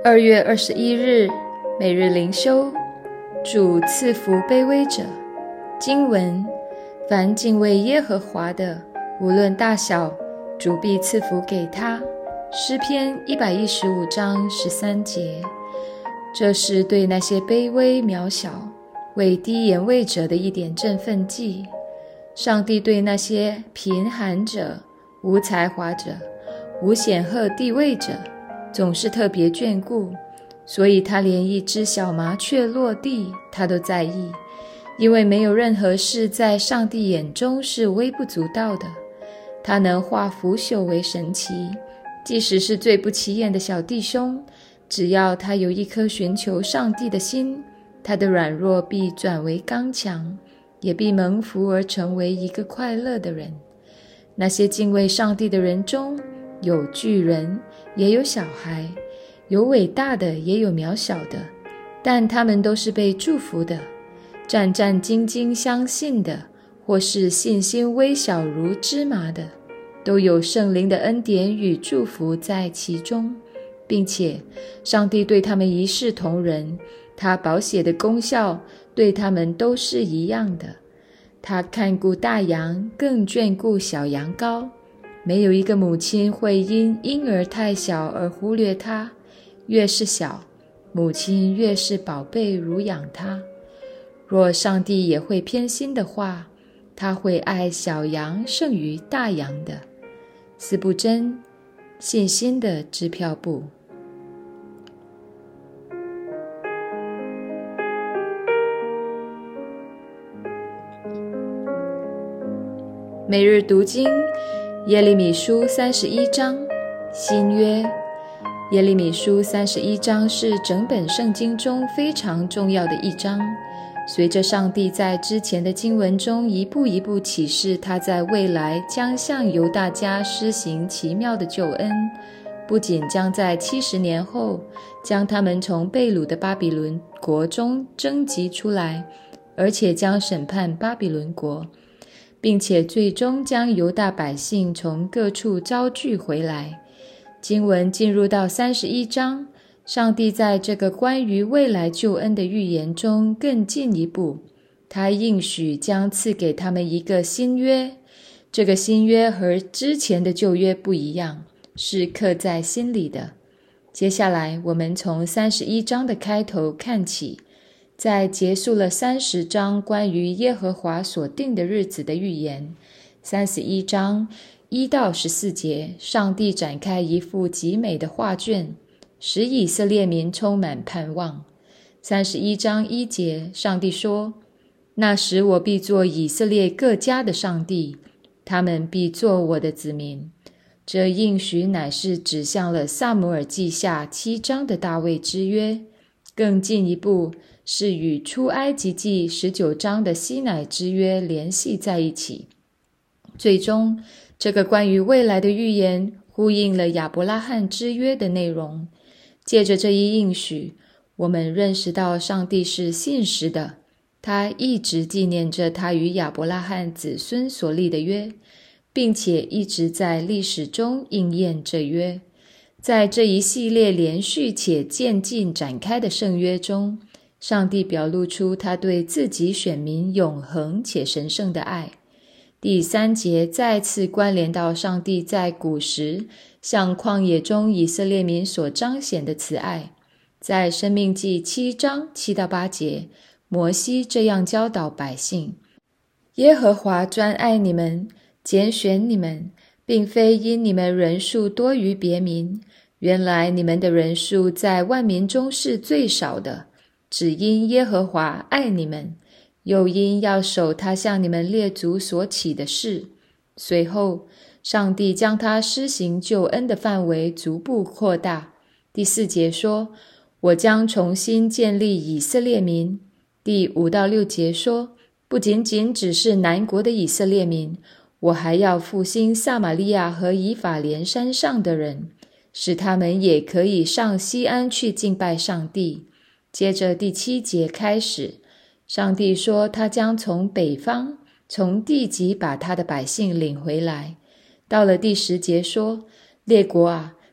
2月21日，每日灵修，主赐福卑微者。经文：凡敬畏耶和华的，无论大小，主必赐福给他。诗篇115章13节。这是对那些卑微渺小、为低言位者的一点振奋剂。上帝对那些贫寒者、无才华者、无显赫地位者总是特别眷顾，所以他连一只小麻雀落地他都在意，因为没有任何事在上帝眼中是微不足道的。他能化腐朽为神奇，即使是最不起眼的小弟兄，只要他有一颗寻求上帝的心，他的软弱必转为刚强，也必蒙福而成为一个快乐的人。那些敬畏上帝的人中，有巨人，也有小孩，有伟大的，也有渺小的，但他们都是被祝福的。战战兢兢相信的，或是信心微小如芝麻的，都有圣灵的恩典与祝福在其中，并且上帝对他们一视同仁，他宝血的功效对他们都是一样的。他看顾大羊，更眷顾小羊羔。没有一个母亲会因婴儿太小而忽略他，越是小，母亲越是宝贝乳养他。若上帝也会偏心的话，他会爱小羊胜于大羊的。司布真，信心的支票簿。每日读经，耶利米书31章，新约。耶利米书31章是整本圣经中非常重要的一章。随着上帝在之前的经文中一步一步启示他在未来将向犹大家施行奇妙的救恩，不仅将在70年后将他们从被掳的巴比伦国中征集出来，而且将审判巴比伦国，并且最终将犹大百姓从各处招聚回来。经文进入到31章，上帝在这个关于未来救恩的预言中更进一步，他应许将赐给他们一个新约。这个新约和之前的旧约不一样，是刻在心里的。接下来我们从31章的开头看起，在结束了30章关于耶和华所定的日子的预言，31章1到14节，上帝展开一幅极美的画卷，使以色列民充满盼望。31章1节，上帝说：那时我必做以色列各家的上帝，他们必做我的子民。这应许乃是指向了撒母耳记下7章的大卫之约，更进一步是与出埃及记19章的西乃之约联系在一起。最终，这个关于未来的预言呼应了亚伯拉罕之约的内容。借着这一应许，我们认识到上帝是信实的，他一直纪念着他与亚伯拉罕子孙所立的约，并且一直在历史中应验这约。在这一系列连续且渐进展开的圣约中，上帝表露出他对自己选民永恒且神圣的爱。第3节再次关联到上帝在古时向旷野中以色列民所彰显的慈爱。在申命记7章7到8节，摩西这样教导百姓：耶和华专爱你们，拣选你们，并非因你们人数多于别民，原来你们的人数在万民中是最少的，只因耶和华爱你们，又因要守他向你们列祖所起的事。随后，上帝将他施行救恩的范围逐步扩大。第4节说：我将重新建立以色列民。第5到6节说：不仅仅只是南国的以色列民，我还要复兴撒玛利亚和以法莲山上的人，使他们也可以上西安去敬拜上帝。接着第7节开始，上帝说他将从北方，从地极把他的百姓领回来。到了第10节说：列国啊，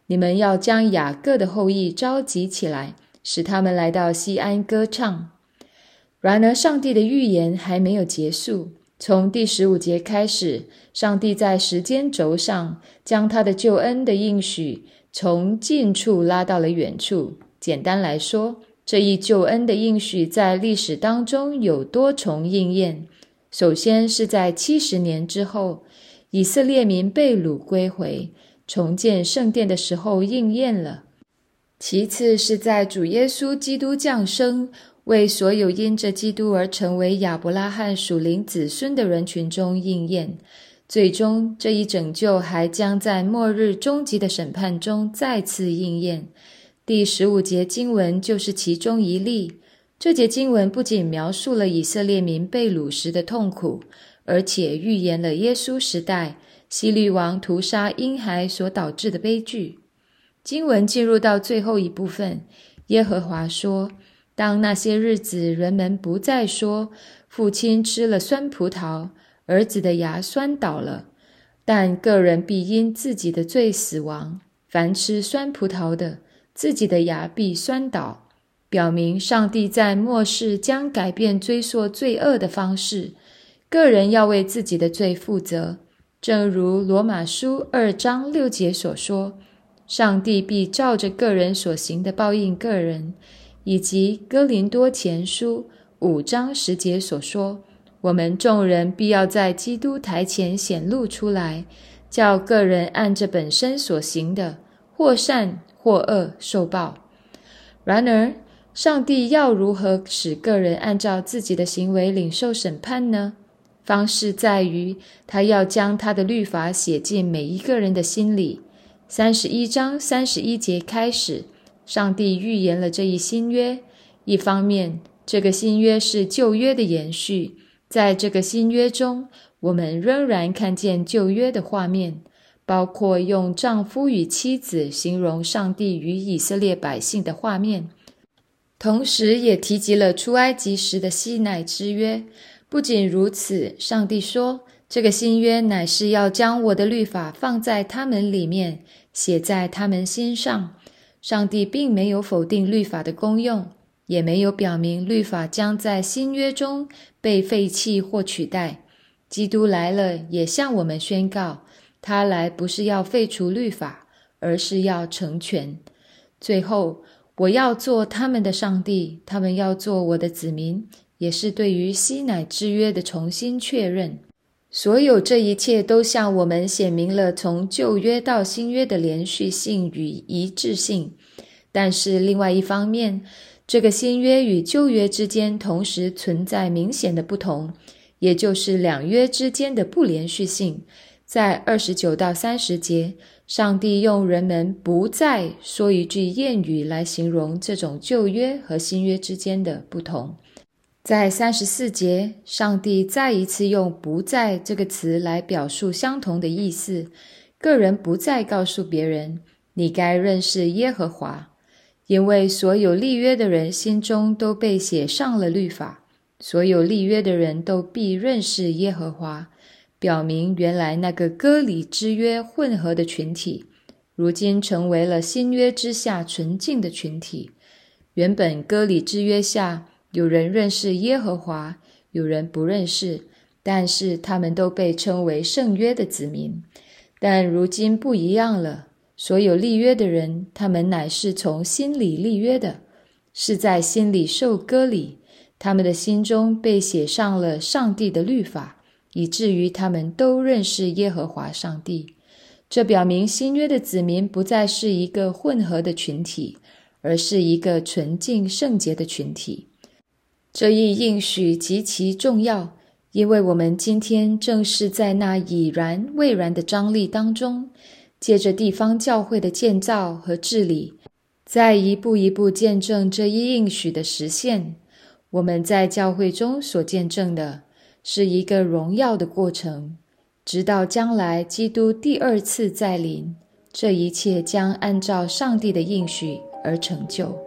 你们要将雅各的后裔召集起来，使他们来到西安歌唱。然而上帝的预言还没有结束，从第15节开始，上帝在时间轴上将他的救恩的应许从近处拉到了远处。简单来说，这一救恩的应许在历史当中有多重应验。首先是在70年之后，以色列民被掳归回，重建圣殿的时候应验了。其次是在主耶稣基督降生，为所有因着基督而成为亚伯拉罕属灵子孙的人群中应验。最终，这一拯救还将在末日终极的审判中再次应验。第15节经文就是其中一例。这节经文不仅描述了以色列民被掳时的痛苦，而且预言了耶稣时代希律王屠杀婴孩所导致的悲剧。经文进入到最后一部分，耶和华说，当那些日子，人们不再说父亲吃了酸葡萄，儿子的牙酸倒了，但个人必因自己的罪死亡。凡吃酸葡萄的，自己的牙必酸倒，表明上帝在末世将改变追溯罪恶的方式，个人要为自己的罪负责。正如罗马书2章6节所说，上帝必照着个人所行的报应个人，以及哥林多前书5章10节所说，我们众人必要在基督台前显露出来，叫个人按着本身所行的，或善或恶受报。然而，上帝要如何使个人按照自己的行为领受审判呢？方式在于，他要将他的律法写进每一个人的心里。31章31节开始，上帝预言了这一新约。一方面，这个新约是旧约的延续，在这个新约中，我们仍然看见旧约的画面，包括用丈夫与妻子形容上帝与以色列百姓的画面，同时也提及了出埃及时的西乃之约。不仅如此，上帝说，这个新约乃是要将我的律法放在他们里面，写在他们心上。上帝并没有否定律法的功用，也没有表明律法将在新约中被废弃或取代。基督来了，也向我们宣告，他来不是要废除律法，而是要成全。最后，我要做他们的上帝，他们要做我的子民，也是对于西乃之约的重新确认。所有这一切都向我们显明了从旧约到新约的连续性与一致性。但是另外一方面，这个新约与旧约之间同时存在明显的不同，也就是两约之间的不连续性。在29到30节，上帝用人们不再说一句谚语来形容这种旧约和新约之间的不同。在34节，上帝再一次用不再这个词来表述相同的意思。个人不再告诉别人，你该认识耶和华，因为所有立约的人心中都被写上了律法，所有立约的人都必认识耶和华，表明原来那个割礼之约混合的群体，如今成为了新约之下纯净的群体。原本割礼之约下，有人认识耶和华，有人不认识，但是他们都被称为圣约的子民。但如今不一样了，所有立约的人，他们乃是从心里立约的，是在心里受割礼，他们的心中被写上了上帝的律法，以至于他们都认识耶和华上帝。这表明新约的子民不再是一个混合的群体，而是一个纯净圣洁的群体。这一应许极其重要，因为我们今天正是在那已然未然的张力当中，借着地方教会的建造和治理，在一步一步见证这一应许的实现。我们在教会中所见证的是一个荣耀的过程，直到将来基督第二次再临，这一切将按照上帝的应许而成就。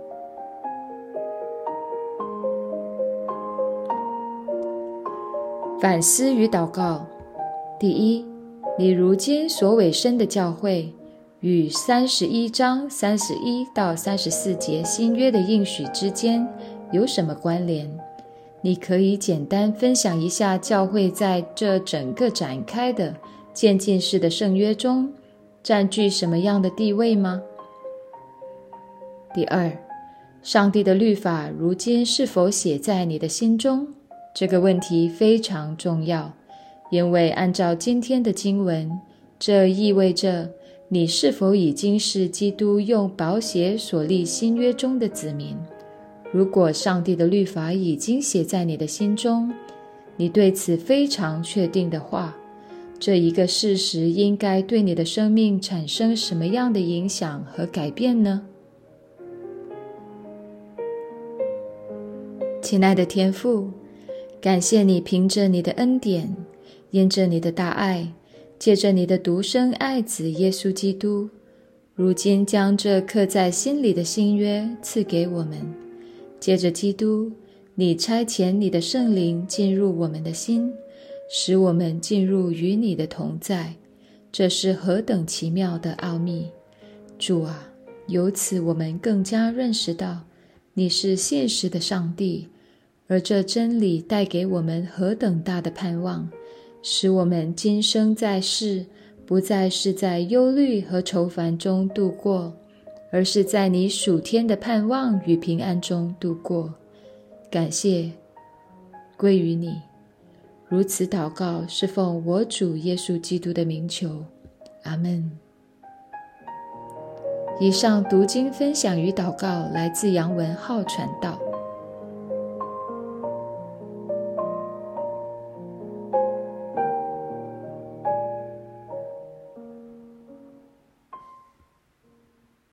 反思与祷告。第一，你如今所委身的教会， 与31章31到34节新约的应许之间有什么关联？你可以简单分享一下教会在这整个展开的渐进式的圣约中占据什么样的地位吗？第二，上帝的律法如今是否写在你的心中？这个问题非常重要，因为按照今天的经文，这意味着你是否已经是基督用宝血所立新约中的子民。如果上帝的律法已经写在你的心中，你对此非常确定的话，这一个事实应该对你的生命产生什么样的影响和改变呢？亲爱的天父，感谢你凭着你的恩典，因着你的大爱，借着你的独生爱子耶稣基督，如今将这刻在心里的新约赐给我们。借着基督，你差遣你的圣灵进入我们的心，使我们进入与你的同在，这是何等奇妙的奥秘！主啊，由此我们更加认识到你是信实的上帝，而这真理带给我们何等大的盼望，使我们今生在世不再是在忧虑和愁烦中度过，而是在你属天的盼望与平安中度过。感谢归于你。如此祷告是奉我主耶稣基督的名求，阿们。以上读经分享与祷告来自杨文浩传道。